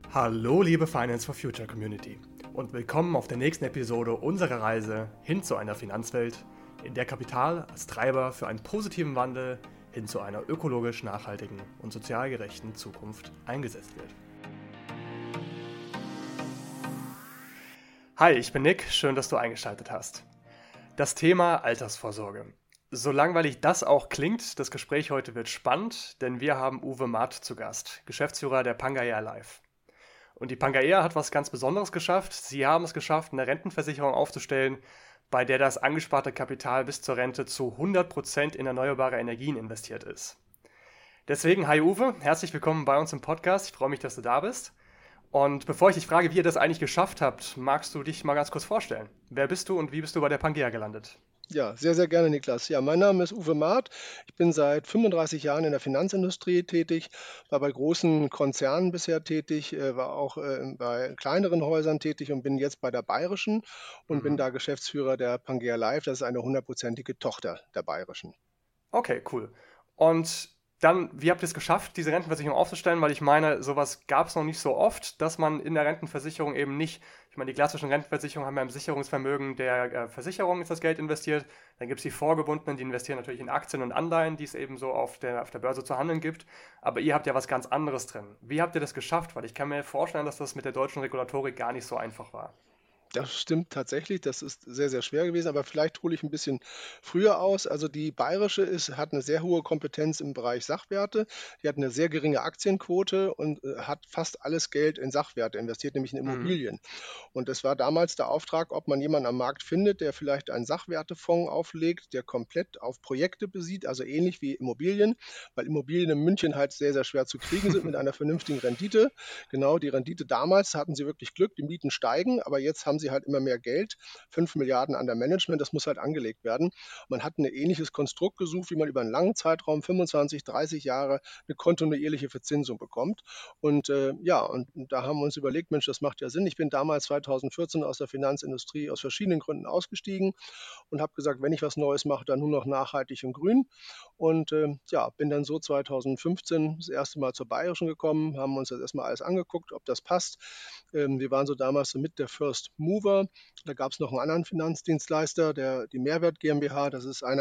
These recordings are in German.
Hallo liebe Finance for Future Community und willkommen auf der nächsten Episode unserer Reise hin zu einer Finanzwelt, in der Kapital als Treiber für einen positiven Wandel hin zu einer ökologisch nachhaltigen und sozial gerechten Zukunft eingesetzt wird. Hi, ich bin Nick, schön, dass du eingeschaltet hast. Das Thema Altersvorsorge. So langweilig das auch klingt, das Gespräch heute wird spannend, denn wir haben Uwe Maat zu Gast, Geschäftsführer der Pangaea Life. Und die Pangaea hat was ganz Besonderes geschafft. Sie haben es geschafft, eine Rentenversicherung aufzustellen, bei der das angesparte Kapital bis zur Rente zu 100% in erneuerbare Energien investiert ist. Deswegen, hi Uwe, herzlich willkommen bei uns im Podcast. Ich freue mich, dass du da bist. Und bevor ich dich frage, wie ihr das eigentlich geschafft habt, magst du dich mal ganz kurz vorstellen? Wer bist du und wie bist du bei der Pangaea gelandet? Ja, sehr, sehr gerne, Niklas. Ja, mein Name ist Uwe Maat. Ich bin seit 35 Jahren in der Finanzindustrie tätig, war bei großen Konzernen bisher tätig, war auch bei kleineren Häusern tätig und bin jetzt bei der Bayerischen und bin Mhm. da Geschäftsführer der Pangea Life. Das ist eine 100%ige Tochter der Bayerischen. Okay, cool. Und dann, wie habt ihr es geschafft, diese Rentenversicherung aufzustellen? Weil ich meine, sowas gab es noch nicht so oft, dass man in der Rentenversicherung eben nicht, ich meine, die klassischen Rentenversicherungen haben ja im Sicherungsvermögen der Versicherung ist das Geld investiert. Dann gibt es die Vorgebundenen, die investieren natürlich in Aktien und Anleihen, die es eben so auf der Börse zu handeln gibt. Aber ihr habt ja was ganz anderes drin. Wie habt ihr das geschafft? Weil ich kann mir vorstellen, dass das mit der deutschen Regulatorik gar nicht so einfach war. Das stimmt tatsächlich, das ist sehr, sehr schwer gewesen, aber vielleicht hole ich ein bisschen früher aus. Also die Bayerische hat eine sehr hohe Kompetenz im Bereich Sachwerte. Die hat eine sehr geringe Aktienquote und hat fast alles Geld in Sachwerte investiert, nämlich in Mhm. Immobilien. Und es war damals der Auftrag, ob man jemanden am Markt findet, der vielleicht einen Sachwertefonds auflegt, der komplett auf Projekte besieht, also ähnlich wie Immobilien, weil Immobilien in München halt sehr, sehr schwer zu kriegen sind mit einer vernünftigen Rendite. Genau, die Rendite damals hatten sie wirklich Glück, die Mieten steigen, aber jetzt haben sie halt immer mehr Geld, 5 Milliarden an der Management, das muss halt angelegt werden. Man hat ein ähnliches Konstrukt gesucht, wie man über einen langen Zeitraum, 25, 30 Jahre, eine kontinuierliche Verzinsung bekommt. Und ja, und da haben wir uns überlegt, Mensch, das macht ja Sinn. Ich bin damals 2014 aus der Finanzindustrie aus verschiedenen Gründen ausgestiegen und habe gesagt, wenn ich was Neues mache, dann nur noch nachhaltig und grün. Und ja, bin dann so 2015 das erste Mal zur Bayerischen gekommen, haben uns das erstmal alles angeguckt, ob das passt. Wir waren so damals so mit der First Mover. Da gab es noch einen anderen Finanzdienstleister, die Mehrwert GmbH. Das ist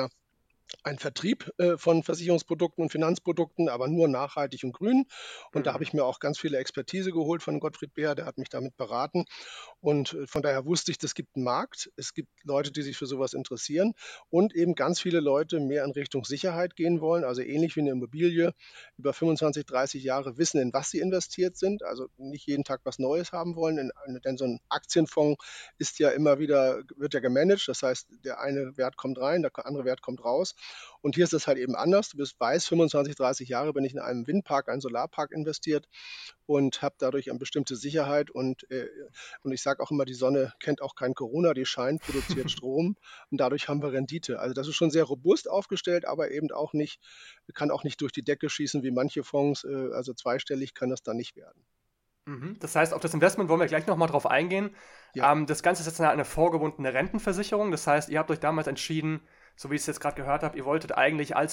ein Vertrieb von Versicherungsprodukten und Finanzprodukten, aber nur nachhaltig und grün. Und da habe Mhm. ich mir auch ganz viele Expertise geholt von Gottfried Beer, der hat mich damit beraten. Und von daher wusste ich, es gibt einen Markt, es gibt Leute, die sich für sowas interessieren und eben ganz viele Leute mehr in Richtung Sicherheit gehen wollen, also ähnlich wie eine Immobilie über 25, 30 Jahre wissen, in was sie investiert sind, also nicht jeden Tag was Neues haben wollen, denn so ein Aktienfonds ist ja immer wieder, wird ja gemanagt, das heißt, der eine Wert kommt rein, der andere Wert kommt raus. Und hier ist es halt eben anders. Du weißt, 25, 30 Jahre bin ich in einem Windpark, einen Solarpark investiert und habe dadurch eine bestimmte Sicherheit. Und ich sage auch immer, die Sonne kennt auch kein Corona, die scheint, produziert Strom und dadurch haben wir Rendite. Also das ist schon sehr robust aufgestellt, aber eben auch nicht, kann auch nicht durch die Decke schießen wie manche Fonds. Also zweistellig kann das dann nicht werden. Mhm. Das heißt, auf das Investment wollen wir gleich nochmal drauf eingehen. Ja, Das Ganze ist jetzt eine vorgebundene Rentenversicherung. Das heißt, ihr habt euch damals entschieden, so wie ich es jetzt gerade gehört habe, ihr wolltet eigentlich als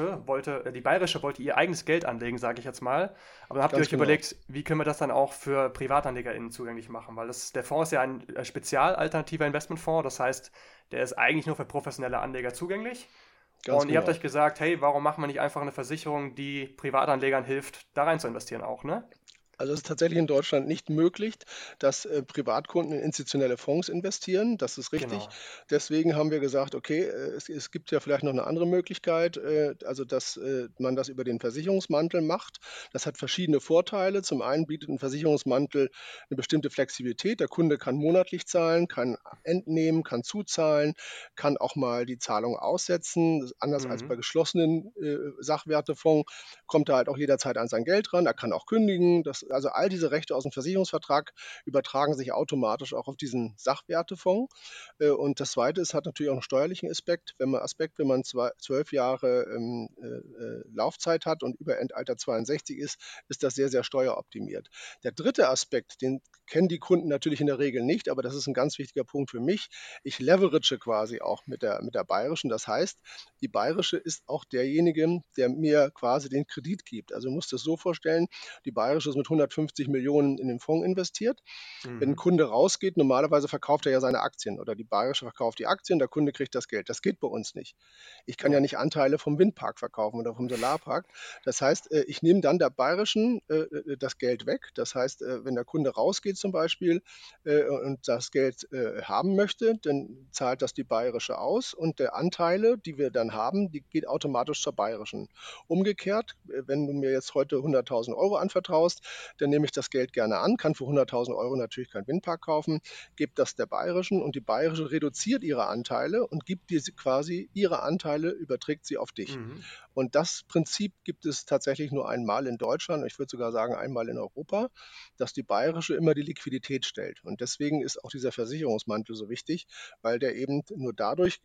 die Bayerische wollte ihr eigenes Geld anlegen, sage ich jetzt mal. Aber dann habt ihr ganz euch genau. überlegt, wie können wir das dann auch für PrivatanlegerInnen zugänglich machen? Weil der Fonds ist ja ein spezial-alternativer Investmentfonds. Das heißt, der ist eigentlich nur für professionelle Anleger zugänglich. Ganz Und ihr habt genau. euch gesagt, hey, warum machen wir nicht einfach eine Versicherung, die Privatanlegern hilft, da rein zu investieren auch, ne? Also es ist tatsächlich in Deutschland nicht möglich, dass Privatkunden in institutionelle Fonds investieren. Das ist richtig. Genau. Deswegen haben wir gesagt, okay, es gibt ja vielleicht noch eine andere Möglichkeit, also dass man das über den Versicherungsmantel macht. Das hat verschiedene Vorteile. Zum einen bietet ein Versicherungsmantel eine bestimmte Flexibilität. Der Kunde kann monatlich zahlen, kann entnehmen, kann zuzahlen, kann auch mal die Zahlung aussetzen. Das ist anders als bei Mhm. geschlossenen Sachwertefonds kommt er halt auch jederzeit an sein Geld ran. Er kann auch kündigen. Also all diese Rechte aus dem Versicherungsvertrag übertragen sich automatisch auch auf diesen Sachwertefonds. Und das Zweite ist, hat natürlich auch einen steuerlichen Aspekt. Wenn man 12 Jahre Laufzeit hat und über Endalter 62 ist, ist das sehr, sehr steueroptimiert. Der dritte Aspekt, den kennen die Kunden natürlich in der Regel nicht, aber das ist ein ganz wichtiger Punkt für mich. Ich leverage quasi auch mit der Bayerischen. Das heißt, die Bayerische ist auch derjenige, der mir quasi den Kredit gibt. Also du musst es so vorstellen, die Bayerische ist mit 150 Millionen in den Fonds investiert. Wenn ein Mhm. Kunde rausgeht, normalerweise verkauft er ja seine Aktien oder die Bayerische verkauft die Aktien, der Kunde kriegt das Geld. Das geht bei uns nicht. Ich kann ja Ja. nicht Anteile vom Windpark verkaufen oder vom Solarpark. Das heißt, ich nehme dann der Bayerischen das Geld weg. Das heißt, wenn der Kunde rausgeht zum Beispiel und das Geld haben möchte, dann zahlt das die Bayerische aus und der Anteile, die wir dann haben, die geht automatisch zur Bayerischen. Umgekehrt, wenn du mir jetzt heute 100.000 Euro anvertraust, dann nehme ich das Geld gerne an, kann für 100.000 Euro natürlich keinen Windpark kaufen, gebe das der Bayerischen und die Bayerische reduziert ihre Anteile und gibt dir quasi ihre Anteile, überträgt sie auf dich. Mhm. Und das Prinzip gibt es tatsächlich nur einmal in Deutschland, ich würde sogar sagen einmal in Europa, dass die Bayerische immer die Liquidität stellt. Und deswegen ist auch dieser Versicherungsmantel so wichtig, weil der eben nur dadurch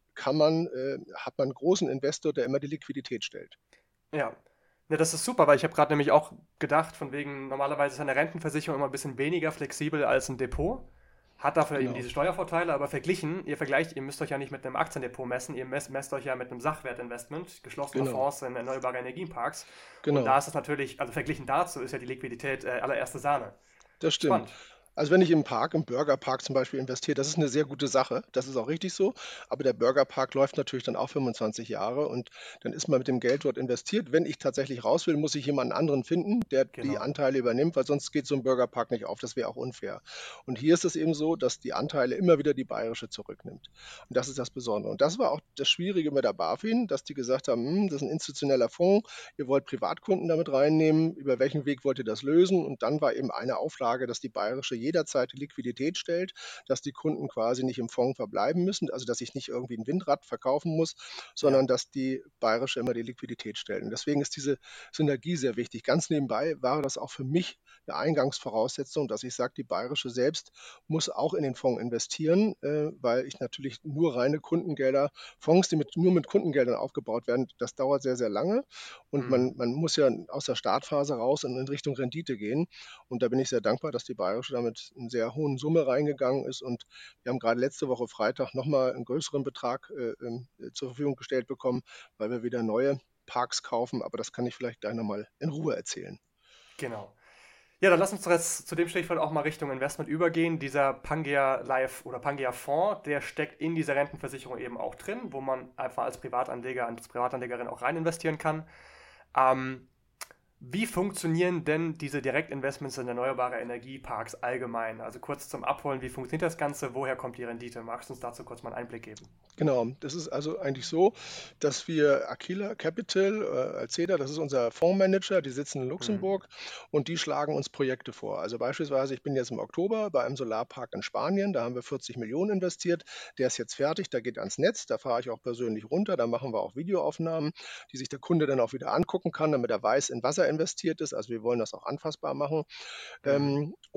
hat man einen großen Investor, der immer die Liquidität stellt. Ja. Ja, das ist super, weil ich habe gerade nämlich auch gedacht, von wegen, normalerweise ist eine Rentenversicherung immer ein bisschen weniger flexibel als ein Depot. Hat dafür eben Genau, diese Steuervorteile, aber verglichen, ihr vergleicht, ihr müsst euch ja nicht mit einem Aktiendepot messen, ihr messt euch ja mit einem Sachwertinvestment, geschlossene genau, Fonds in erneuerbare Energienparks. Und da genau. ist es natürlich, also verglichen dazu ist ja die Liquidität allererste Sahne. Das stimmt. Spannend. Also wenn ich im Park, im Burgerpark zum Beispiel investiere, das ist eine sehr gute Sache. Das ist auch richtig so. Aber der Burgerpark läuft natürlich dann auch 25 Jahre und dann ist man mit dem Geld dort investiert. Wenn ich tatsächlich raus will, muss ich jemanden anderen finden, der die Genau. Anteile übernimmt, weil sonst geht so ein Burgerpark nicht auf. Das wäre auch unfair. Und hier ist es eben so, dass die Anteile immer wieder die Bayerische zurücknimmt. Und das ist das Besondere. Und das war auch das Schwierige mit der BaFin, dass die gesagt haben, das ist ein institutioneller Fonds, ihr wollt Privatkunden damit reinnehmen, über welchen Weg wollt ihr das lösen? Und dann war eben eine Auflage, dass die Bayerische jederzeit die Liquidität stellt, dass die Kunden quasi nicht im Fonds verbleiben müssen, also dass ich nicht irgendwie ein Windrad verkaufen muss, Ja. sondern dass die Bayerische immer die Liquidität stellt. Und deswegen ist diese Synergie sehr wichtig. Ganz nebenbei war das auch für mich eine Eingangsvoraussetzung, dass ich sage, die Bayerische selbst muss auch in den Fonds investieren, weil ich natürlich nur reine Kundengelder, Fonds, die nur mit Kundengeldern aufgebaut werden, das dauert sehr, sehr lange. Und Mhm. man muss ja aus der Startphase raus und in Richtung Rendite gehen. Und da bin ich sehr dankbar, dass die Bayerische damit in sehr hohen Summe reingegangen ist. Und wir haben gerade letzte Woche Freitag nochmal einen größeren Betrag zur Verfügung gestellt bekommen, weil wir wieder neue Parks kaufen. Aber das kann ich vielleicht gleich nochmal in Ruhe erzählen. Genau. Ja, dann lass uns doch jetzt zu dem Stichwort auch mal Richtung Investment übergehen. Dieser Pangea Life oder Pangea Fonds, der steckt in dieser Rentenversicherung eben auch drin, wo man einfach als Privatanleger, als Privatanlegerin auch rein investieren kann. Ähm, Wie funktionieren denn diese Direktinvestments in erneuerbare Energieparks allgemein? Also kurz zum Abholen, wie funktioniert das Ganze? Woher kommt die Rendite? Magst du uns dazu kurz mal einen Einblick geben? Genau, das ist also eigentlich so, dass wir Aquila Capital, Alceda, das ist unser Fondsmanager, die sitzen in Mhm. Luxemburg und die schlagen uns Projekte vor. Also beispielsweise, ich bin jetzt im Oktober bei einem Solarpark in Spanien, da haben wir 40 Millionen investiert, der ist jetzt fertig, der geht ans Netz, da fahre ich auch persönlich runter, da machen wir auch Videoaufnahmen, die sich der Kunde dann auch wieder angucken kann, damit er weiß, in was er investiert ist. Also wir wollen das auch anfassbar machen. Mhm.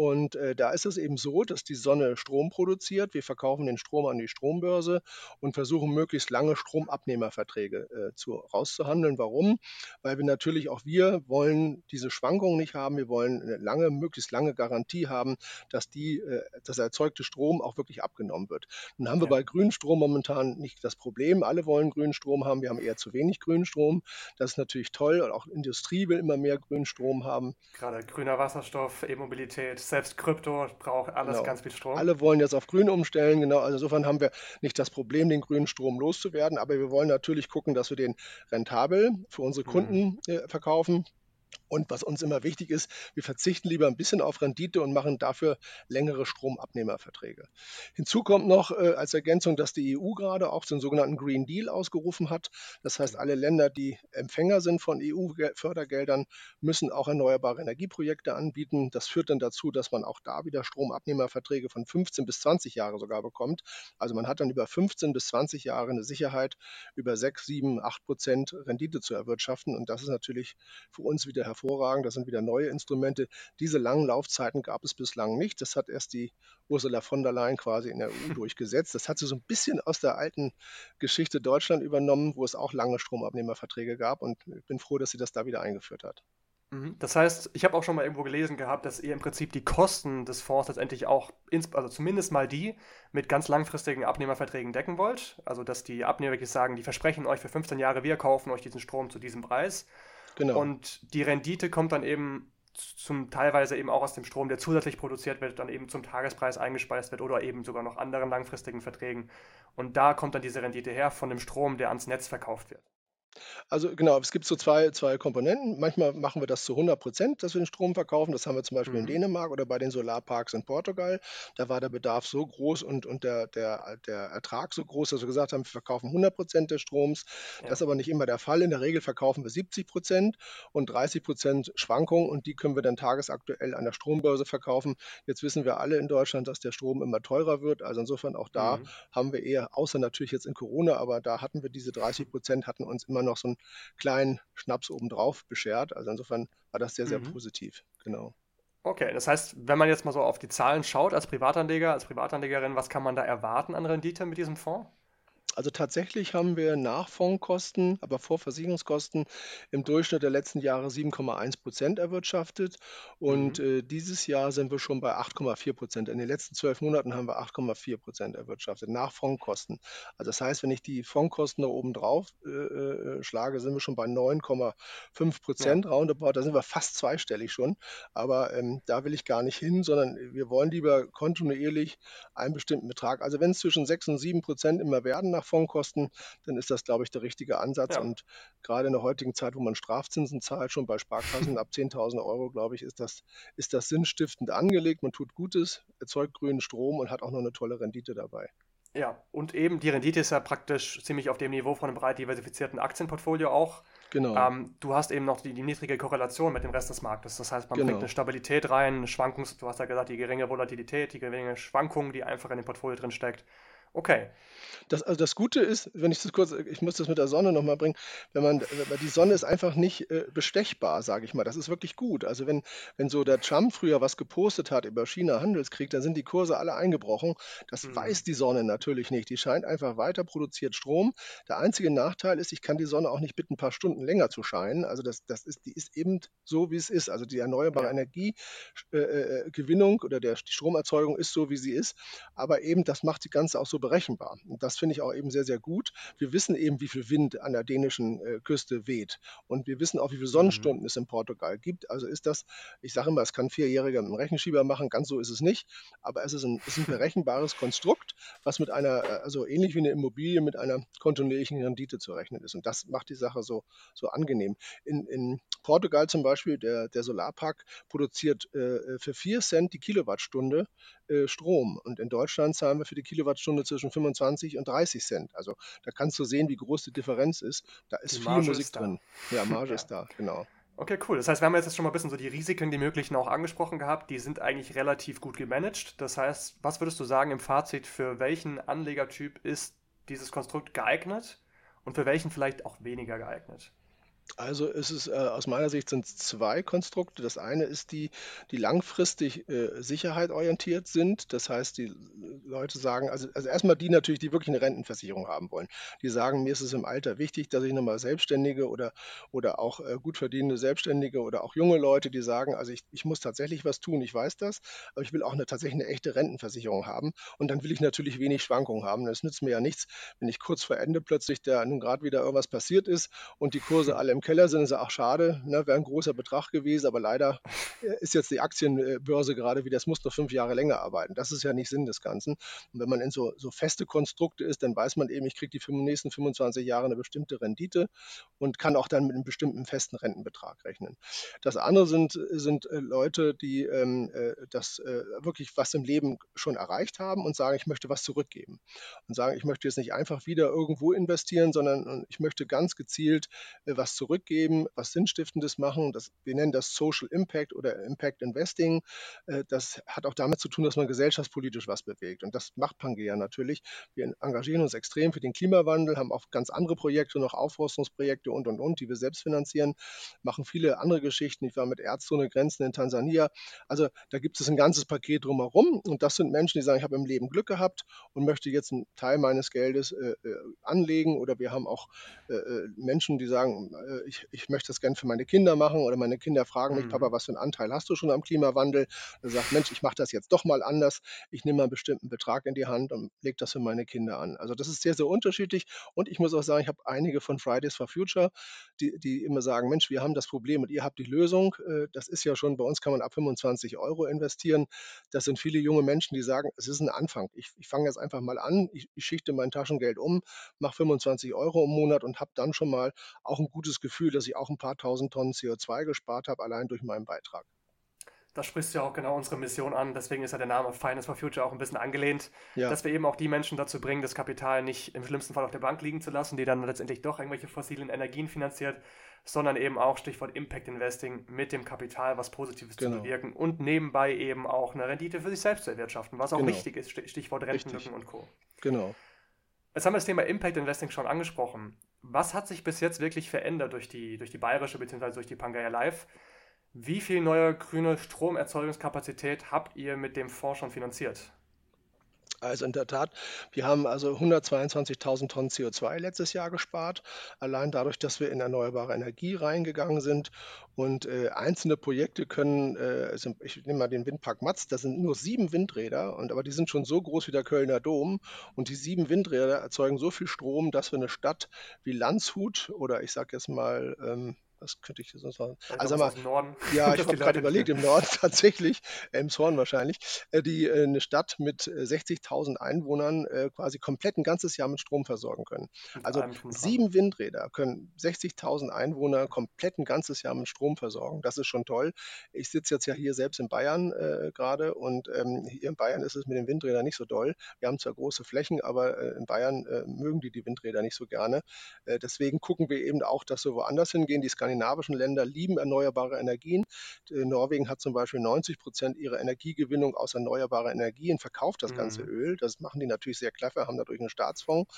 Da ist es eben so, dass die Sonne Strom produziert. Wir verkaufen den Strom an die Strombörse und versuchen möglichst lange Stromabnehmerverträge rauszuhandeln. Warum? Weil wir natürlich auch wir wollen diese Schwankungen nicht haben. Wir wollen eine möglichst lange Garantie haben, dass das erzeugte Strom auch wirklich abgenommen wird. Nun haben wir Ja. bei grünem Strom momentan nicht das Problem. Alle wollen grünen Strom haben. Wir haben eher zu wenig grünen Strom. Das ist natürlich toll. Und auch Industrie will immer mehr grünen Strom haben. Gerade grüner Wasserstoff, E-Mobilität, selbst Krypto braucht alles Genau. ganz viel Strom. Alle wollen jetzt auf grün umstellen, genau. Also insofern haben wir nicht das Problem, den grünen Strom loszuwerden, aber wir wollen natürlich gucken, dass wir den rentabel für unsere Mhm. Kunden verkaufen. Und was uns immer wichtig ist, wir verzichten lieber ein bisschen auf Rendite und machen dafür längere Stromabnehmerverträge. Hinzu kommt noch als Ergänzung, dass die EU gerade auch den sogenannten Green Deal ausgerufen hat. Das heißt, Genau. alle Länder, die Empfänger sind von EU-Fördergeldern, müssen auch erneuerbare Energieprojekte anbieten. Das führt dann dazu, dass man auch da wieder Stromabnehmerverträge von 15 bis 20 Jahre sogar bekommt. Also man hat dann über 15 bis 20 Jahre eine Sicherheit, über 6, 7, 8% Rendite zu erwirtschaften. Und das ist natürlich für uns wieder hervorragend. Das sind wieder neue Instrumente. Diese langen Laufzeiten gab es bislang nicht. Das hat erst die Ursula von der Leyen quasi in der EU durchgesetzt. Das hat sie so ein bisschen aus der alten Geschichte Deutschland übernommen, wo es auch lange Stromabnehmerverträge gab. Und ich bin froh, dass sie das da wieder eingeführt hat. Mhm. Das heißt, ich habe auch schon mal irgendwo gelesen gehabt, dass ihr im Prinzip die Kosten des Fonds letztendlich auch, also zumindest mal die, mit ganz langfristigen Abnehmerverträgen decken wollt. Also, dass die Abnehmer wirklich sagen, die versprechen euch für 15 Jahre, wir kaufen euch diesen Strom zu diesem Preis. Genau. Und die Rendite kommt dann eben zum teilweise eben auch aus dem Strom, der zusätzlich produziert wird, dann eben zum Tagespreis eingespeist wird oder eben sogar noch anderen langfristigen Verträgen. Und da kommt dann diese Rendite her von dem Strom, der ans Netz verkauft wird. Also genau, es gibt so zwei Komponenten. Manchmal machen wir das zu 100%, dass wir den Strom verkaufen. Das haben wir zum Beispiel in Mhm. Dänemark oder bei den Solarparks in Portugal. Da war der Bedarf so groß und der Ertrag so groß, dass wir gesagt haben, wir verkaufen 100% des Stroms. Das Ja. ist aber nicht immer der Fall. In der Regel verkaufen wir 70% und 30% Schwankung und die können wir dann tagesaktuell an der Strombörse verkaufen. Jetzt wissen wir alle in Deutschland, dass der Strom immer teurer wird. Also insofern auch da Mhm. haben wir eher, außer natürlich jetzt in Corona, aber da hatten wir diese 30%, hatten uns immer noch so einen kleinen Schnaps obendrauf beschert. Also insofern war das sehr, sehr Mhm. positiv. Genau. Okay, das heißt, wenn man jetzt mal so auf die Zahlen schaut als Privatanleger, als Privatanlegerin, was kann man da erwarten an Rendite mit diesem Fonds? Also tatsächlich haben wir nach Fondskosten, aber vor Versicherungskosten im Durchschnitt der letzten Jahre 7,1% erwirtschaftet und Mhm. dieses Jahr sind wir schon bei 8,4%. In den letzten 12 Monaten haben wir 8,4% erwirtschaftet nach Fondskosten. Also das heißt, wenn ich die Fondskosten da oben drauf schlage, sind wir schon bei Ja. 9,5% roundabout. Da sind wir fast zweistellig schon. Aber da will ich gar nicht hin, sondern wir wollen lieber kontinuierlich einen bestimmten Betrag. Also wenn es zwischen 6 und 7% immer werden nach Fondskosten, dann ist das, glaube ich, der richtige Ansatz. Ja. Und gerade in der heutigen Zeit, wo man Strafzinsen zahlt, schon bei Sparkassen ab 10.000 Euro, glaube ich, ist das sinnstiftend angelegt. Man tut Gutes, erzeugt grünen Strom und hat auch noch eine tolle Rendite dabei. Ja, und eben die Rendite ist ja praktisch ziemlich auf dem Niveau von einem breit diversifizierten Aktienportfolio auch. Genau, Du hast eben noch die niedrige Korrelation mit dem Rest des Marktes. Das heißt, man bringt eine genau. Stabilität rein, eine du hast ja gesagt, die geringe Volatilität, die geringe Schwankung, die einfach in dem Portfolio drin steckt. Okay. Das Gute ist, wenn ich das kurz ich muss das mit der Sonne noch mal bringen, wenn man die Sonne ist einfach nicht, bestechbar, sage ich mal. Das ist wirklich gut. Also, wenn so der Trump früher was gepostet hat über China-Handelskrieg, dann sind die Kurse alle eingebrochen. Das weiß Mhm. die Sonne natürlich nicht. Die scheint einfach weiter, produziert Strom. Der einzige Nachteil ist, ich kann die Sonne auch nicht bitten, 'n paar Stunden länger zu scheinen. Also, die ist eben so, wie es ist. Also, die erneuerbare Ja. Energie Gewinnung oder die Stromerzeugung ist so, wie sie ist. Aber eben, das macht die Ganze auch so berechenbar. Und das finde ich auch eben sehr, sehr gut. Wir wissen eben, wie viel Wind an der dänischen Küste weht. Und wir wissen auch, wie viele Mhm. Sonnenstunden es in Portugal gibt. Also ist das, ich sage immer, es kann ein Vierjähriger mit einem Rechenschieber machen. Ganz so ist es nicht. Aber ist ein berechenbares Konstrukt, was mit also ähnlich wie eine Immobilie, mit einer kontinuierlichen Rendite zu rechnen ist. Und das macht die Sache so angenehm. In Portugal zum Beispiel, der Solarpark produziert für 4 Cent die Kilowattstunde Strom. Und in Deutschland zahlen wir für die Kilowattstunde zwischen 25 und 30 Cent. Also da kannst du sehen, wie groß die Differenz ist. Da ist Die viel Marge Musik ist da. drin. Ja, Marge Ja. ist da, genau. Okay, cool. Das heißt, wir haben jetzt schon mal ein bisschen so die Risiken, die möglichen auch angesprochen gehabt. Die sind eigentlich relativ gut gemanagt. Das heißt, was würdest du sagen im Fazit, für welchen Anlegertyp ist dieses Konstrukt geeignet und für welchen vielleicht auch weniger geeignet? Also aus meiner Sicht sind es zwei Konstrukte. Das eine ist die langfristig sicherheitorientiert sind. Das heißt, die Leute sagen, also erstmal die natürlich, die wirklich eine Rentenversicherung haben wollen. Die sagen, mir ist es im Alter wichtig, dass ich nochmal Selbstständige oder auch gut verdienende Selbstständige oder auch junge Leute, die sagen, also ich muss tatsächlich was tun, ich weiß das, aber ich will auch tatsächlich eine echte Rentenversicherung haben. Und dann will ich natürlich wenig Schwankungen haben. Das nützt mir ja nichts, wenn ich kurz vor Ende plötzlich nun gerade wieder irgendwas passiert ist und die Kurse alle im Keller sind, ist ja auch schade, ne, wäre ein großer Betrag gewesen, aber leider ist jetzt die Aktienbörse gerade wieder, das muss noch 5 Jahre länger arbeiten. Das ist ja nicht Sinn des Ganzen. Und wenn man in so feste Konstrukte ist, dann weiß man eben, ich kriege die nächsten 25 Jahre eine bestimmte Rendite und kann auch dann mit einem bestimmten festen Rentenbetrag rechnen. Das andere sind Leute, die das wirklich was im Leben schon erreicht haben und sagen, ich möchte was zurückgeben. Und sagen, ich möchte jetzt nicht einfach wieder irgendwo investieren, sondern ich möchte ganz gezielt was zurückgeben, was Sinnstiftendes machen. Wir nennen das Social Impact oder Impact Investing. Das hat auch damit zu tun, dass man gesellschaftspolitisch was bewegt. Und das macht Pangea natürlich. Wir engagieren uns extrem für den Klimawandel, haben auch ganz andere Projekte, noch Aufforstungsprojekte und, die wir selbst finanzieren, machen viele andere Geschichten. Ich war mit Ärzte ohne Grenzen in Tansania. Also da gibt es ein ganzes Paket drumherum. Und das sind Menschen, die sagen, ich habe im Leben Glück gehabt und möchte jetzt einen Teil meines Geldes anlegen. Oder wir haben auch Menschen, die sagen, ich möchte das gerne für meine Kinder machen oder meine Kinder fragen mich, Papa, Mhm. was für einen Anteil hast du schon am Klimawandel? Dann sagt, Mensch, ich mache das jetzt doch mal anders. Ich nehme mal einen bestimmten Betrag in die Hand und lege das für meine Kinder an. Also das ist sehr, sehr unterschiedlich. Und ich muss auch sagen, ich habe einige von Fridays for Future, die immer sagen, Mensch, wir haben das Problem und ihr habt die Lösung. Das ist ja schon, bei uns kann man ab 25 € investieren. Das sind viele junge Menschen, die sagen, es ist ein Anfang. Ich fange jetzt einfach mal an, ich schichte mein Taschengeld um, mache 25 € im Monat und habe dann schon mal auch ein gutes Gefühl, dass ich auch ein paar tausend Tonnen CO2 gespart habe, allein durch meinen Beitrag. Da sprichst du ja auch genau unsere Mission an. Deswegen ist ja der Name Finance for Future auch ein bisschen angelehnt, Ja, dass wir eben auch die Menschen dazu bringen, das Kapital nicht im schlimmsten Fall auf der Bank liegen zu lassen, die dann letztendlich doch irgendwelche fossilen Energien finanziert, sondern eben auch Stichwort Impact Investing mit dem Kapital was Positives zu genau, bewirken und nebenbei eben auch eine Rendite für sich selbst zu erwirtschaften, was auch genau, wichtig ist. Stichwort richtig, Rentenlücken und Co. genau. Jetzt haben wir das Thema Impact Investing schon angesprochen. Was hat sich bis jetzt wirklich verändert durch die bayerische bzw. durch die Pangaea Live? Wie viel neue grüne Stromerzeugungskapazität habt ihr mit dem Fonds schon finanziert? Also in der Tat, wir haben also 122.000 Tonnen CO2 letztes Jahr gespart, allein dadurch, dass wir in erneuerbare Energie reingegangen sind. Und einzelne Projekte können, ich nehme mal den Windpark Matz, das sind nur 7 Windräder, aber die sind schon so groß wie der Kölner Dom. Und die 7 Windräder erzeugen so viel Strom, dass wir eine Stadt wie Landshut oder ich sage jetzt mal, was könnte ich sonst sagen? Vielleicht noch Also sag was mal, aus dem Norden, ja, ich dass die habe gerade Leute. überlegt, im Norden tatsächlich, Elmshorn wahrscheinlich, die 'ne Stadt mit 60.000 Einwohnern quasi komplett ein ganzes Jahr mit Strom versorgen können. Mit Also allem drum und dran. 7 Windräder können 60.000 Einwohner komplett ein ganzes Jahr mit Strom versorgen. Das ist schon toll. Ich sitze jetzt ja hier selbst in Bayern grade und hier in Bayern ist es mit den Windrädern nicht so doll. Wir haben zwar große Flächen, aber in Bayern mögen die Windräder nicht so gerne. Deswegen gucken wir eben auch, dass wir woanders hingehen. Die skandinavischen Länder lieben erneuerbare Energien. Norwegen hat zum Beispiel 90% ihrer Energiegewinnung aus erneuerbarer Energie und verkauft das ganze Mhm. Öl. Das machen die natürlich sehr clever, haben dadurch einen Staatsfonds.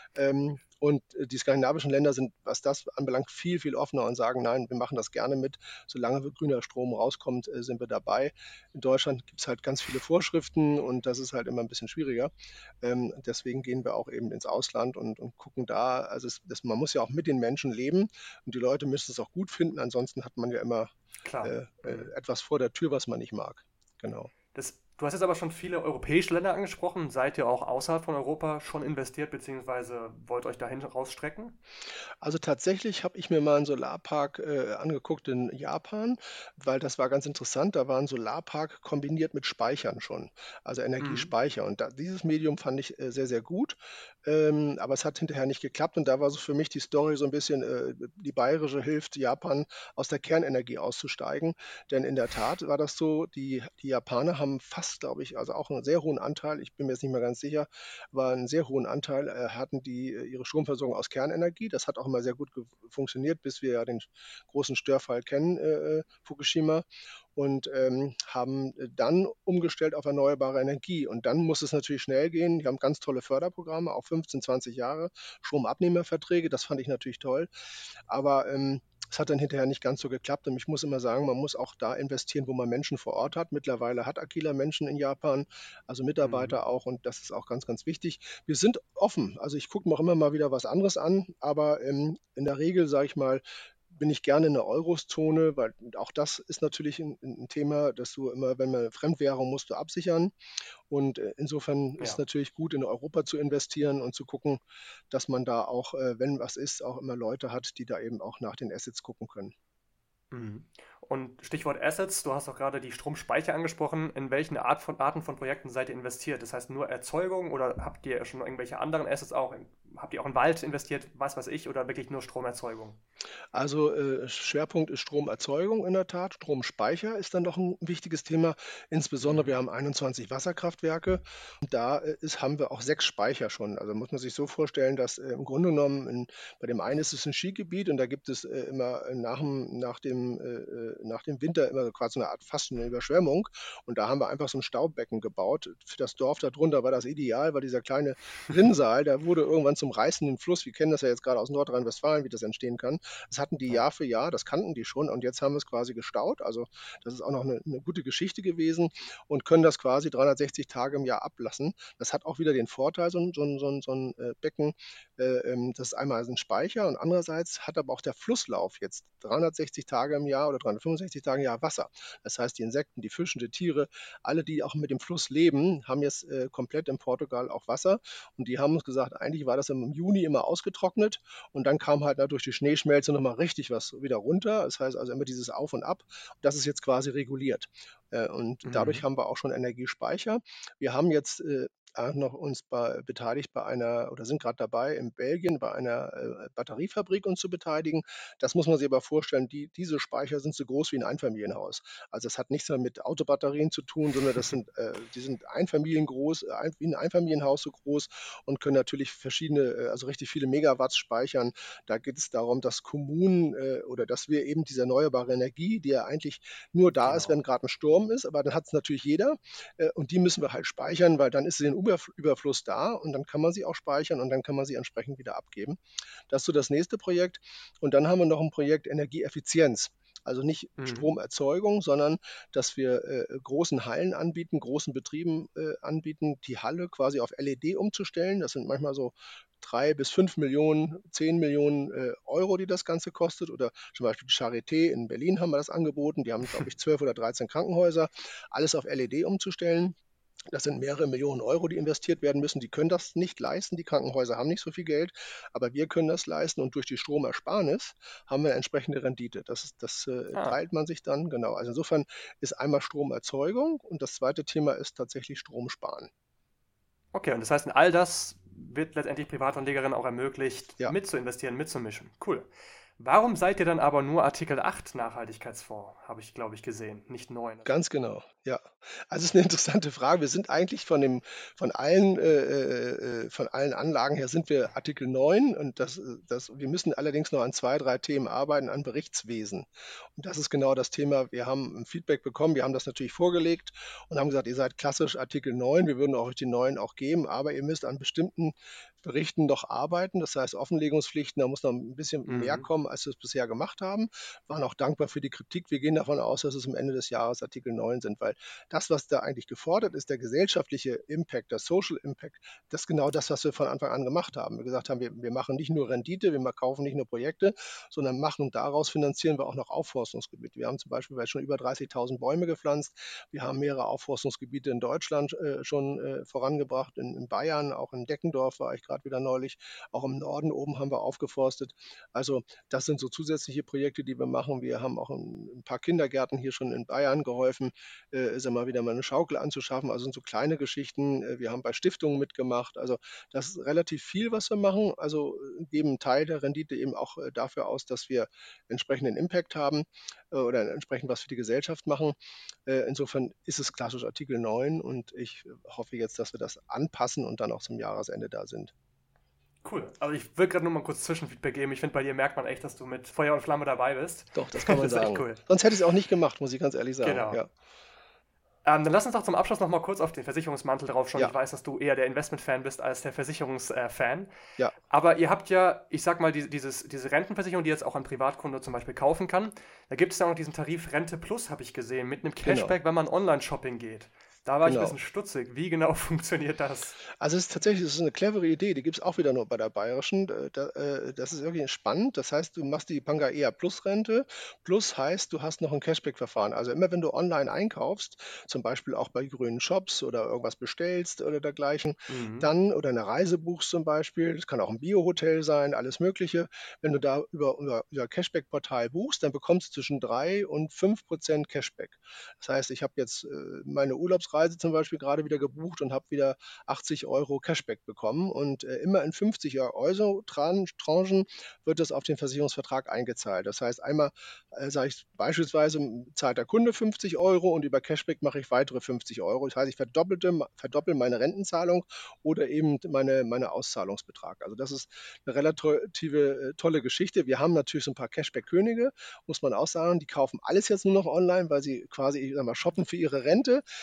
Und die skandinavischen Länder sind, was das anbelangt, viel, viel offener und sagen, nein, wir machen das gerne mit. Solange wir grüner Strom rauskommt, sind wir dabei. In Deutschland gibt es halt ganz viele Vorschriften und das ist halt immer ein bisschen schwieriger. Deswegen gehen wir auch eben ins Ausland und gucken da. Also man muss ja auch mit den Menschen leben und die Leute müssen es auch gut finden. Ansonsten hat man ja immer Klar. Mhm. etwas vor der Tür, was man nicht mag. Genau. Du hast jetzt aber schon viele europäische Länder angesprochen. Seid ihr auch außerhalb von Europa schon investiert, beziehungsweise wollt euch dahin rausstrecken? Also tatsächlich habe ich mir mal einen Solarpark angeguckt in Japan, weil das war ganz interessant. Da war ein Solarpark kombiniert mit Speichern schon, also Mhm. Energiespeicher. Und dieses Medium fand ich sehr, sehr gut, aber es hat hinterher nicht geklappt. Und da war so für mich die Story so ein bisschen, die bayerische hilft Japan aus der Kernenergie auszusteigen. Denn in der Tat war das so, die Japaner haben fast, glaube ich, also auch einen sehr hohen Anteil, ich bin mir jetzt nicht mehr ganz sicher, aber einen sehr hohen Anteil hatten die ihre Stromversorgung aus Kernenergie. Das hat auch immer sehr gut funktioniert, bis wir ja den großen Störfall kennen, Fukushima. Und haben dann umgestellt auf erneuerbare Energie. Und dann muss es natürlich schnell gehen. Die haben ganz tolle Förderprogramme, auch 15, 20 Jahre Stromabnehmerverträge. Das fand ich natürlich toll. Aber es hat dann hinterher nicht ganz so geklappt. Und ich muss immer sagen, man muss auch da investieren, wo man Menschen vor Ort hat. Mittlerweile hat Aquila Menschen in Japan, also Mhm. Mitarbeiter auch. Und das ist auch ganz, ganz wichtig. Wir sind offen. Also ich gucke mir auch immer mal wieder was anderes an. Aber in der Regel, sage ich mal, bin ich gerne in der Eurozone, weil auch das ist natürlich ein Thema, dass du immer, wenn man Fremdwährung musst du absichern. Und insofern ist es Ja. natürlich gut, in Europa zu investieren und zu gucken, dass man da auch, wenn was ist, auch immer Leute hat, die da eben auch nach den Assets gucken können. Mhm. Und Stichwort Assets, du hast auch gerade die Stromspeicher angesprochen. In welchen Arten von Projekten seid ihr investiert? Das heißt nur Erzeugung oder habt ihr schon irgendwelche anderen Assets auch? Habt ihr auch in Wald investiert, was weiß ich, oder wirklich nur Stromerzeugung? Also Schwerpunkt ist Stromerzeugung in der Tat. Stromspeicher ist dann noch ein wichtiges Thema. Insbesondere wir Mhm. haben 21 Wasserkraftwerke und da haben wir auch 6 Speicher schon. Also muss man sich so vorstellen, dass im Grunde genommen bei dem einen ist es ein Skigebiet und da gibt es immer nach dem Winter immer so quasi eine Art fast eine Überschwemmung. Und da haben wir einfach so ein Staubbecken gebaut. Für das Dorf darunter war das ideal, weil dieser kleine Rinnsal, der wurde irgendwann zum reißenden Fluss. Wir kennen das ja jetzt gerade aus Nordrhein-Westfalen, wie das entstehen kann. Das hatten die Ja. Jahr für Jahr, das kannten die schon und jetzt haben wir es quasi gestaut. Also das ist auch noch eine gute Geschichte gewesen und können das quasi 360 Tage im Jahr ablassen. Das hat auch wieder den Vorteil, so ein Becken, das ist einmal ein Speicher und andererseits hat aber auch der Flusslauf jetzt 360 Tage im Jahr oder 365 Tage im Jahr Wasser. Das heißt, die Insekten, die Fische, die Tiere, alle, die auch mit dem Fluss leben, haben jetzt komplett in Portugal auch Wasser. Und die haben uns gesagt, eigentlich war das im Juni immer ausgetrocknet und dann kam halt durch die Schneeschmelze nochmal richtig was wieder runter. Das heißt also immer dieses Auf und Ab. Das ist jetzt quasi reguliert. Und dadurch Mhm. haben wir auch schon Energiespeicher. Wir haben jetzt noch uns beteiligt bei einer oder sind gerade dabei, in Belgien bei einer Batteriefabrik uns zu beteiligen. Das muss man sich aber vorstellen, diese Speicher sind so groß wie ein Einfamilienhaus. Also es hat nichts mehr mit Autobatterien zu tun, sondern die sind Einfamiliengroß, wie ein Einfamilienhaus so groß und können natürlich also richtig viele Megawatts speichern. Da geht es darum, dass Kommunen oder dass wir eben diese erneuerbare Energie, die ja eigentlich nur da ist, Genau. wenn gerade ein Sturm ist, aber dann hat es natürlich jeder und die müssen wir halt speichern, weil dann ist sie in Überfluss da und dann kann man sie auch speichern und dann kann man sie entsprechend wieder abgeben. Das ist so das nächste Projekt. Und dann haben wir noch ein Projekt Energieeffizienz. Also nicht Mhm. Stromerzeugung, sondern dass wir großen Hallen anbieten, großen Betrieben anbieten, die Halle quasi auf LED umzustellen. Das sind manchmal so 3 bis 5 Millionen, 10 Millionen Euro, die das Ganze kostet. Oder zum Beispiel die Charité in Berlin haben wir das angeboten. Die haben, glaube ich, 12 oder 13 Krankenhäuser, alles auf LED umzustellen. Das sind mehrere Millionen Euro, die investiert werden müssen. Die können das nicht leisten. Die Krankenhäuser haben nicht so viel Geld, aber wir können das leisten. Und durch die Stromersparnis haben wir eine entsprechende Rendite. Das Ah, teilt man sich dann. Genau. Also insofern ist einmal Stromerzeugung und das zweite Thema ist tatsächlich Stromsparen. okay. Und das heißt, in all das wird letztendlich Privatanlegerinnen auch ermöglicht, Ja. mitzuinvestieren, mitzumischen. Cool. Warum seid ihr dann aber nur Artikel 8 Nachhaltigkeitsfonds? Habe ich, glaube ich, gesehen, nicht 9. Ganz genau, ja. Also, es ist eine interessante Frage. Wir sind eigentlich von allen Anlagen her sind wir Artikel 9 und wir müssen allerdings noch an 2, 3 Themen arbeiten, an Berichtswesen. Und das ist genau das Thema. Wir haben 'n Feedback bekommen, wir haben das natürlich vorgelegt und haben gesagt: „Ihr seid klassisch Artikel 9. Wir würden euch die 9 auch geben, aber ihr müsst an bestimmten Berichten noch arbeiten. Das heißt, Offenlegungspflichten, da muss noch ein bisschen mehr Mhm. kommen, als wir es bisher gemacht haben.“ Waren auch dankbar für die Kritik. Wir gehen davon aus, dass es am Ende des Jahres Artikel 9 sind, weil das, was da eigentlich gefordert ist, der gesellschaftliche Impact, der Social Impact, das ist genau das, was wir von Anfang an gemacht haben. Wir gesagt haben, wir machen nicht nur Rendite, wir kaufen nicht nur Projekte, sondern machen daraus finanzieren wir auch noch Aufforstungsgebiete. Wir haben zum Beispiel schon über 30.000 Bäume gepflanzt. Wir haben mehrere Aufforstungsgebiete in Deutschland schon vorangebracht, in Bayern, auch in Deckendorf war ich gerade wieder neulich, auch im Norden oben haben wir aufgeforstet. Also das sind so zusätzliche Projekte, die wir machen. Wir haben auch ein paar Kindergärten hier schon in Bayern geholfen, ist immer wieder mal eine Schaukel anzuschaffen. Also sind so kleine Geschichten. Wir haben bei Stiftungen mitgemacht. Also das ist relativ viel, was wir machen. Also geben einen Teil der Rendite eben auch dafür aus, dass wir entsprechenden Impact haben oder entsprechend was für die Gesellschaft machen. Insofern ist es klassisch Artikel 9 und ich hoffe jetzt, dass wir das anpassen und dann auch zum Jahresende da sind. Cool. Also ich will gerade nur mal kurz Zwischenfeedback geben. Ich finde, bei dir merkt man echt, dass du mit Feuer und Flamme dabei bist. Doch, das kann Das man ist echt sagen. cool. Sonst hätte ich es auch nicht gemacht, muss ich ganz ehrlich sagen. Genau. Ja, Dann lass uns doch zum Abschluss noch mal kurz auf den Versicherungsmantel drauf schauen. ja, Ich weiß, dass du eher der Investment-Fan bist als der Versicherungsfan. ja, Aber ihr habt ja, ich sag mal, diese Rentenversicherung, die jetzt auch ein Privatkunde zum Beispiel kaufen kann. Da gibt es ja auch noch diesen Tarif Rente Plus, habe ich gesehen, mit einem genau, Cashback, wenn man Online-Shopping geht. Da war ich ein genau. bisschen stutzig. Wie genau funktioniert das? Also, es ist eine clevere Idee, die gibt es auch wieder nur bei der Bayerischen. Das ist irgendwie spannend. Das heißt, du machst die Panga-EA Plus-Rente. Plus heißt, du hast noch ein Cashback-Verfahren. Also, immer wenn du online einkaufst, zum Beispiel auch bei grünen Shops oder irgendwas bestellst oder dergleichen, Mhm. dann oder eine Reise buchst zum Beispiel, das kann auch ein Biohotel sein, alles Mögliche. Wenn du da über Cashback-Portal buchst, dann bekommst du zwischen 3 und 5% Cashback. Das heißt, ich habe jetzt, meine Urlaubsreise zum Beispiel gerade wieder gebucht und habe wieder 80 € Cashback bekommen und immer in 50 € Tranchen wird das auf den Versicherungsvertrag eingezahlt. Das heißt, einmal sage ich beispielsweise, zahlt der Kunde 50 € und über Cashback mache ich weitere 50 €. Das heißt, ich verdoppel meine Rentenzahlung oder eben meine Auszahlungsbetrag. Also das ist eine relative tolle Geschichte. Wir haben natürlich so ein paar Cashback-Könige, muss man auch sagen, die kaufen alles jetzt nur noch online, weil sie quasi, ich sag mal, shoppen für ihre Rente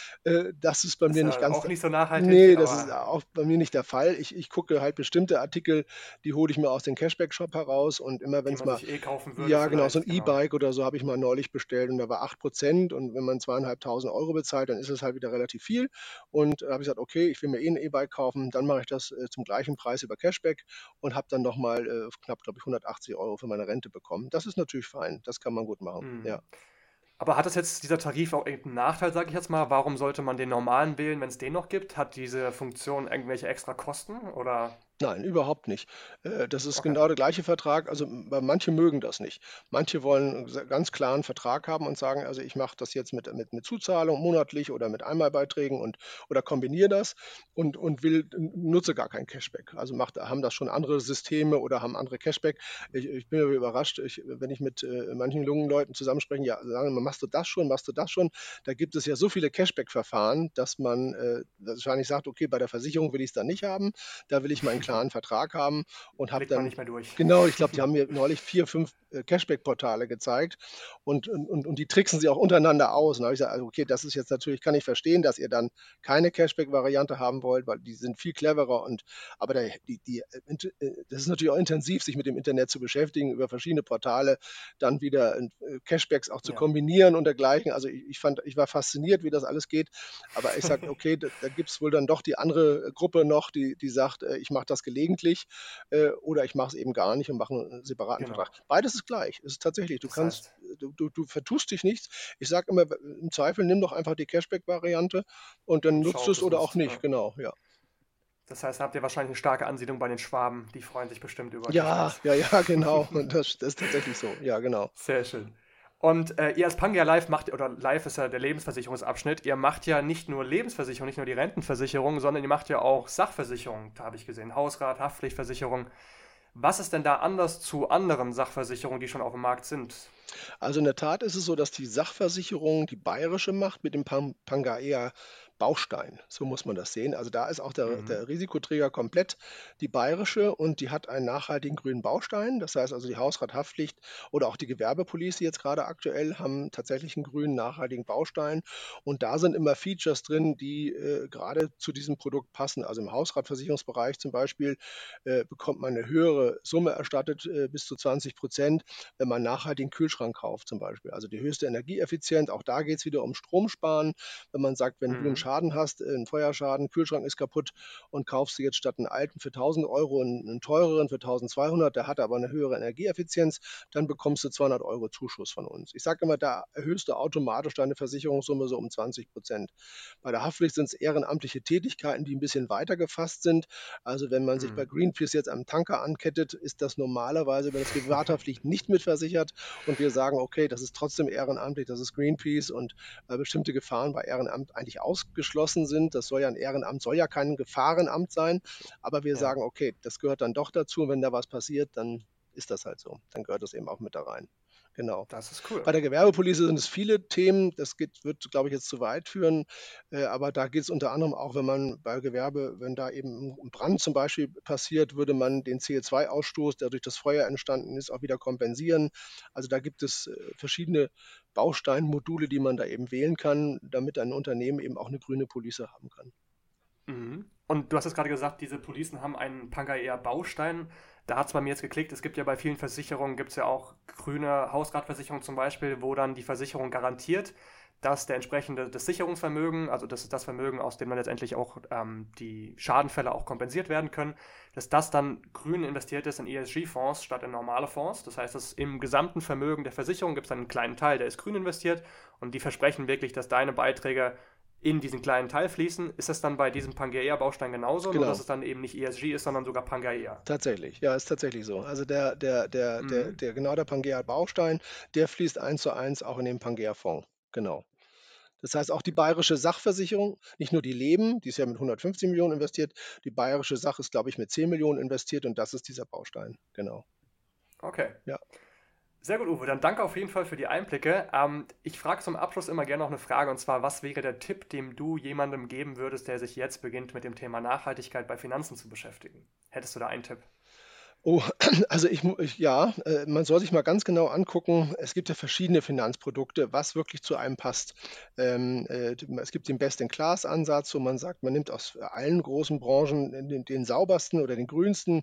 Das ist bei Das ist mir nicht ja ganz, auch nicht so nachhaltig, nee, das ist aber auch bei mir nicht der Fall. Ich gucke halt bestimmte Artikel, die hole ich mir aus dem Cashback-Shop heraus und immer wenn die es man mal, sich eh kaufen würde ja genau, so ein vielleicht, genau. E-Bike oder so habe ich mal neulich bestellt und da war 8% und wenn man 2.500 € bezahlt, dann ist es halt wieder relativ viel und da habe ich gesagt: „Okay, ich will mir eh 'n E-Bike kaufen, dann mache ich das, zum gleichen Preis über Cashback“ und habe dann noch mal, knapp, glaube ich, 180 € für meine Rente bekommen. Das ist natürlich fein, das kann man gut machen, ja. Mhm. Aber hat das jetzt dieser Tarif auch irgendeinen Nachteil, sage ich jetzt mal? Warum sollte man den normalen wählen, wenn es den noch gibt? Hat diese Funktion irgendwelche extra Kosten oder Nein, überhaupt nicht. Das ist okay, genau der gleiche Vertrag. Also, weil manche mögen das nicht. Manche wollen s ganz klaren Vertrag haben und sagen: „Also, ich mache das jetzt mit Zuzahlung monatlich oder mit Einmalbeiträgen und oder kombiniere das und nutze gar kein Cashback.“ Also, haben das schon andere Systeme oder haben andere Cashback. Ich bin immer überrascht, wenn ich mit, manchen jungen Leuten zusammenspreche, ja, sagen immer: „Machst du das schon? Machst du das schon?“ Da gibt es ja so viele Cashback-Verfahren, dass man, wahrscheinlich sagt: „Okay, bei der Versicherung will ich es dann nicht haben. Da will ich meinen klaren Vertrag haben“ und habe blickt man dann, nicht mehr durch. genau, ich glaube, die haben mir neulich 4, 5, Cashback-Portale gezeigt und die tricksen sie auch untereinander aus. Und da habe ich gesagt: „Also, okay, das ist jetzt natürlich, kann ich verstehen, dass ihr dann keine Cashback-Variante haben wollt, weil die sind viel cleverer und aber der die das ist natürlich auch intensiv, sich mit dem Internet zu beschäftigen, über verschiedene Portale dann wieder, Cashbacks auch zu Ja, kombinieren und dergleichen. Also, ich war fasziniert, wie das alles geht. Aber ich sage: „Okay, da gibt's wohl dann doch die andere Gruppe noch, die sagt, ich mache das gelegentlich, oder ich mache es eben gar nicht und mache 'n separaten Vertrag.“ genau. Beides ist gleich. Es ist tatsächlich, Das heißt, du vertust dich nichts. Ich sage immer, im Zweifel nimm doch einfach die Cashback-Variante und dann und nutzt schau, ob du's du es oder auch nutzt. nicht. Ja. Genau, ja. Das heißt, da habt ihr wahrscheinlich eine starke Ansiedlung bei den Schwaben. Die freuen sich bestimmt über Ja, Cashbacks. ja, ja, genau. Und das ist tatsächlich so. Ja, genau. Sehr schön. Und ihr als Pangea Live macht, oder Live ist ja der Lebensversicherungsabschnitt, ihr macht ja nicht nur Lebensversicherung, nicht nur die Rentenversicherung, sondern ihr macht ja auch Sachversicherung, da habe ich gesehen. Hausrat, Haftpflichtversicherung. Was ist denn da anders zu anderen Sachversicherungen, die schon auf dem Markt sind? Also in der Tat ist es so, dass die Sachversicherung die bayerische macht mit dem Pangea Baustein. So muss man das sehen. Also da ist auch Mhm. der Risikoträger komplett die bayerische und die hat einen nachhaltigen grünen Baustein. Das heißt also die Hausrathaftpflicht oder auch die Gewerbepolice jetzt gerade aktuell haben tatsächlich einen grünen nachhaltigen Baustein. Und da sind immer Features drin, die gerade zu diesem Produkt passen. Also im Hausratversicherungsbereich zum Beispiel bekommt man eine höhere Summe erstattet, bis zu 20%, wenn man nachhaltigen Kühlschrank kauft zum Beispiel. Also die höchste Energieeffizienz, auch da geht es wieder um Stromsparen. Wenn man sagt, wenn du einen Mhm. Schaden hast, 'n Feuerschaden, Kühlschrank ist kaputt und kaufst du jetzt statt einen alten für 1.000 € einen teureren für 1.200, der hat aber eine höhere Energieeffizienz, dann bekommst du 200 € Zuschuss von uns. Ich sage immer, da erhöhst du automatisch deine Versicherungssumme so um 20%. Bei der Haftpflicht sind es ehrenamtliche Tätigkeiten, die ein bisschen weiter gefasst sind. Also, wenn man sich bei Mhm. Greenpeace jetzt am Tanker ankettet, ist das normalerweise, wenn das Privathaftpflicht nicht mitversichert und wir sagen: „Okay, das ist trotzdem ehrenamtlich, das ist Greenpeace“ und weil bestimmte Gefahren bei Ehrenamt eigentlich ausgeschlossen sind. Das soll ja 'n Ehrenamt soll ja kein Gefahrenamt sein, aber wir Ja, sagen: „Okay, das gehört dann doch dazu und wenn da was passiert, dann ist das halt so. Dann gehört das eben auch mit da rein.“ Genau. das ist cool. Bei der Gewerbepolice sind es viele Themen. Das wird, glaube ich, jetzt zu weit führen. Aber da geht es unter anderem auch, wenn man bei Gewerbe, wenn da eben ein Brand zum Beispiel passiert, würde man den CO2-Ausstoß, der durch das Feuer entstanden ist, auch wieder kompensieren. Also da gibt es verschiedene Bausteinmodule, die man da eben wählen kann, damit ein Unternehmen eben auch eine grüne Police haben kann. Mhm. Und du hast jetzt gerade gesagt, diese Policen haben einen Pangea-Baustein. Da hat es bei mir jetzt geklickt. Es gibt ja bei vielen Versicherungen, gibt es ja auch grüne Hausratversicherung zum Beispiel, wo dann die Versicherung garantiert, dass der entsprechende, das Sicherungsvermögen, also das ist das Vermögen, aus dem dann letztendlich auch die Schadenfälle auch kompensiert werden können, dass das dann grün investiert ist in ESG-Fonds statt in normale Fonds. Das heißt, dass im gesamten Vermögen der Versicherung gibt es dann einen kleinen Teil, der ist grün investiert und die versprechen wirklich, dass deine Beiträge in diesen kleinen Teil fließen. Ist das dann bei diesem Pangea-Baustein genauso, nur dass Genau. es dann eben nicht ESG ist, sondern sogar Pangea? Tatsächlich, ja, ist tatsächlich so. Also Mhm. genau der Pangea-Baustein, der fließt eins zu eins auch in den Pangea-Fonds. Genau. Das heißt, auch die bayerische Sachversicherung, nicht nur die Leben, die ist ja mit 150 Millionen investiert, die bayerische Sach ist, glaube ich, mit 10 Millionen investiert und das ist dieser Baustein. Genau. Okay. Ja. Sehr gut, Uwe. Dann danke auf jeden Fall für die Einblicke. Ich frage zum Abschluss immer gerne noch eine Frage, und zwar, was wäre der Tipp, den du jemandem geben würdest, der sich jetzt beginnt, mit dem Thema Nachhaltigkeit bei Finanzen zu beschäftigen? Hättest du da einen Tipp? Oh, also man soll sich mal ganz genau angucken. Es gibt ja verschiedene Finanzprodukte, was wirklich zu einem passt. Es gibt den Best-in-Class-Ansatz, wo man sagt, man nimmt aus allen großen Branchen den saubersten oder den grünsten.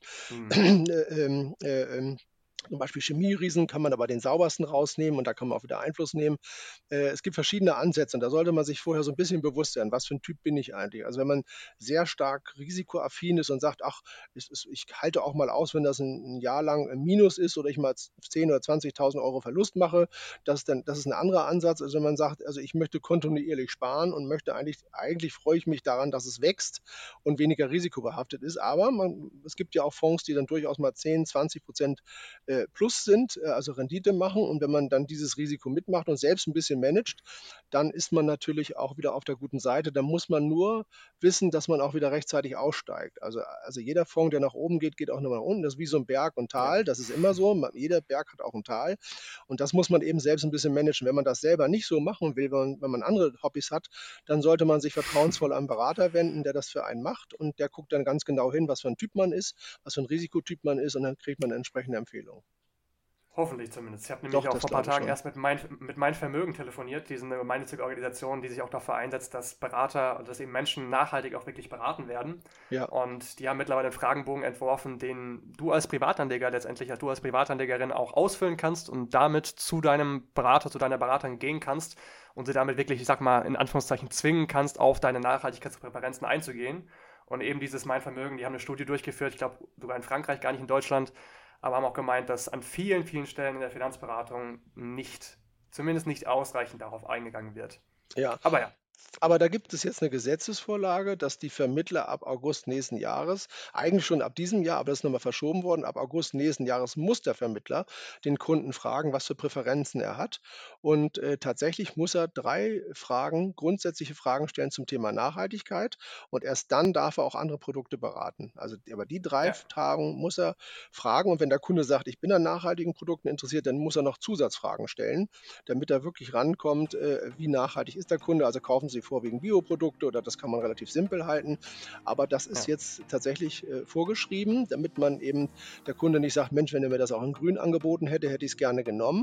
Zum Beispiel Chemieriesen kann man aber den saubersten rausnehmen und da kann man auch wieder Einfluss nehmen. Es gibt verschiedene Ansätze und da sollte man sich vorher so ein bisschen bewusst sein, was für ein Typ bin ich eigentlich. Also wenn man sehr stark risikoaffin ist und sagt, ach, ich halte auch mal aus, wenn das ein Jahr lang ein Minus ist oder ich mal 10.000 oder 20.000 Euro Verlust mache, das ist ein anderer Ansatz. Also wenn man sagt, also ich möchte kontinuierlich sparen und möchte eigentlich freue ich mich daran, dass es wächst und weniger risikobehaftet ist. Aber es gibt ja auch Fonds, die dann durchaus mal 10-20% plus sind, also Rendite machen. Und wenn man dann dieses Risiko mitmacht und selbst ein bisschen managt, dann ist man natürlich auch wieder auf der guten Seite. Da muss man nur wissen, dass man auch wieder rechtzeitig aussteigt. Also jeder Fonds, der nach oben geht, geht auch noch nach unten. Das ist wie so ein Berg und Tal. Ja. Das ist immer so. Jeder Berg hat auch ein Tal. Und das muss man eben selbst ein bisschen managen. Wenn man das selber nicht so machen will, wenn man andere Hobbys hat, dann sollte man sich vertrauensvoll an einen Berater wenden, der das für einen macht. Und der guckt dann ganz genau hin, was für ein Typ man ist, was für ein Risikotyp man ist. Und dann kriegt man eine entsprechende Empfehlung. Hoffentlich zumindest. Ich habe nämlich Doch, auch das vor ein paar glaube ich Tagen schon. erst mit Mein Vermögen telefoniert, diese gemeinnützige Organisation, die sich auch dafür einsetzt, dass Berater und dass eben Menschen nachhaltig auch wirklich beraten werden. Ja, Und die haben mittlerweile einen Fragenbogen entworfen, den du als Privatanleger letztendlich, du als Privatanlegerin auch ausfüllen kannst und damit zu deinem Berater, zu deiner Beraterin gehen kannst und sie damit wirklich, ich sag mal, in Anführungszeichen zwingen kannst, auf deine Nachhaltigkeitspräferenzen einzugehen. Und eben dieses Mein Vermögen, die haben eine Studie durchgeführt, ich glaube sogar in Frankreich, gar nicht in Deutschland, aber haben auch gemeint, dass an vielen, vielen Stellen in der Finanzberatung zumindest nicht ausreichend darauf eingegangen wird. ja. Aber ja. Aber da gibt es jetzt eine Gesetzesvorlage, dass die Vermittler ab August nächsten Jahres, eigentlich schon ab diesem Jahr, aber das ist nochmal verschoben worden, ab August nächsten Jahres muss der Vermittler den Kunden fragen, was für Präferenzen er hat. Und tatsächlich muss er 3 grundsätzliche Fragen stellen zum Thema Nachhaltigkeit und erst dann darf er auch andere Produkte beraten. Also aber die 3 Ja. Fragen muss er fragen und wenn der Kunde sagt, ich bin an nachhaltigen Produkten interessiert, dann muss er noch Zusatzfragen stellen, damit er wirklich rankommt, wie nachhaltig ist der Kunde. Also kaufen Sie vorwiegend Bioprodukte oder das kann man relativ simpel halten. Aber das ist Ja. jetzt tatsächlich vorgeschrieben, damit man eben der Kunde nicht sagt, Mensch, wenn er mir das auch in grün angeboten hätte, hätte ich es gerne genommen.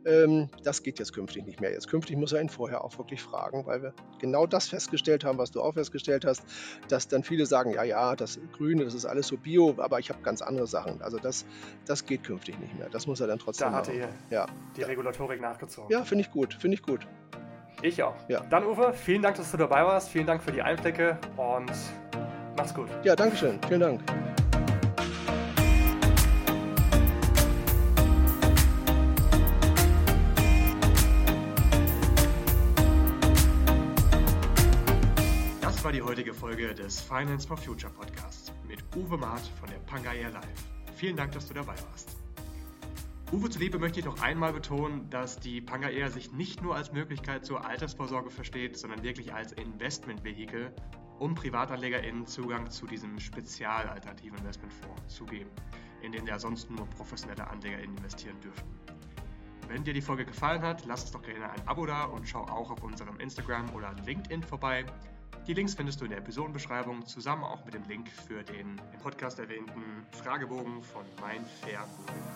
Das geht jetzt künftig nicht mehr. Jetzt künftig muss er ihn vorher auch wirklich fragen, weil wir genau das festgestellt haben, was du auch festgestellt hast, dass dann viele sagen, ja, das Grüne, das ist alles so Bio, aber ich habe ganz andere Sachen. Also das geht künftig nicht mehr. Das muss er dann trotzdem Da hat machen. die Regulatorik nachgezogen. Ja, finde ich gut. Ich auch. Ja. Dann Uwe, vielen Dank, dass du dabei warst. Vielen Dank für die Einblicke und mach's gut. Ja, danke schön. Vielen Dank. Das war die heutige Folge des Finance for Future Podcasts mit Uwe Maat von der Pangaea Live. Vielen Dank, dass du dabei warst. Uwe zuliebe möchte ich noch einmal betonen, dass die Pangaea sich nicht nur als Möglichkeit zur Altersvorsorge versteht, sondern wirklich als Investmentvehikel, um PrivatanlegerInnen Zugang zu diesem spezial-alternativen Investmentfonds zu geben, in den ja sonst nur professionelle AnlegerInnen investieren dürften. Wenn dir die Folge gefallen hat, lass uns doch gerne ein Abo da und schau auch auf unserem Instagram oder LinkedIn vorbei. Die Links findest du in der Episodenbeschreibung, zusammen auch mit dem Link für den im Podcast erwähnten Fragebogen von Mein Vermögen.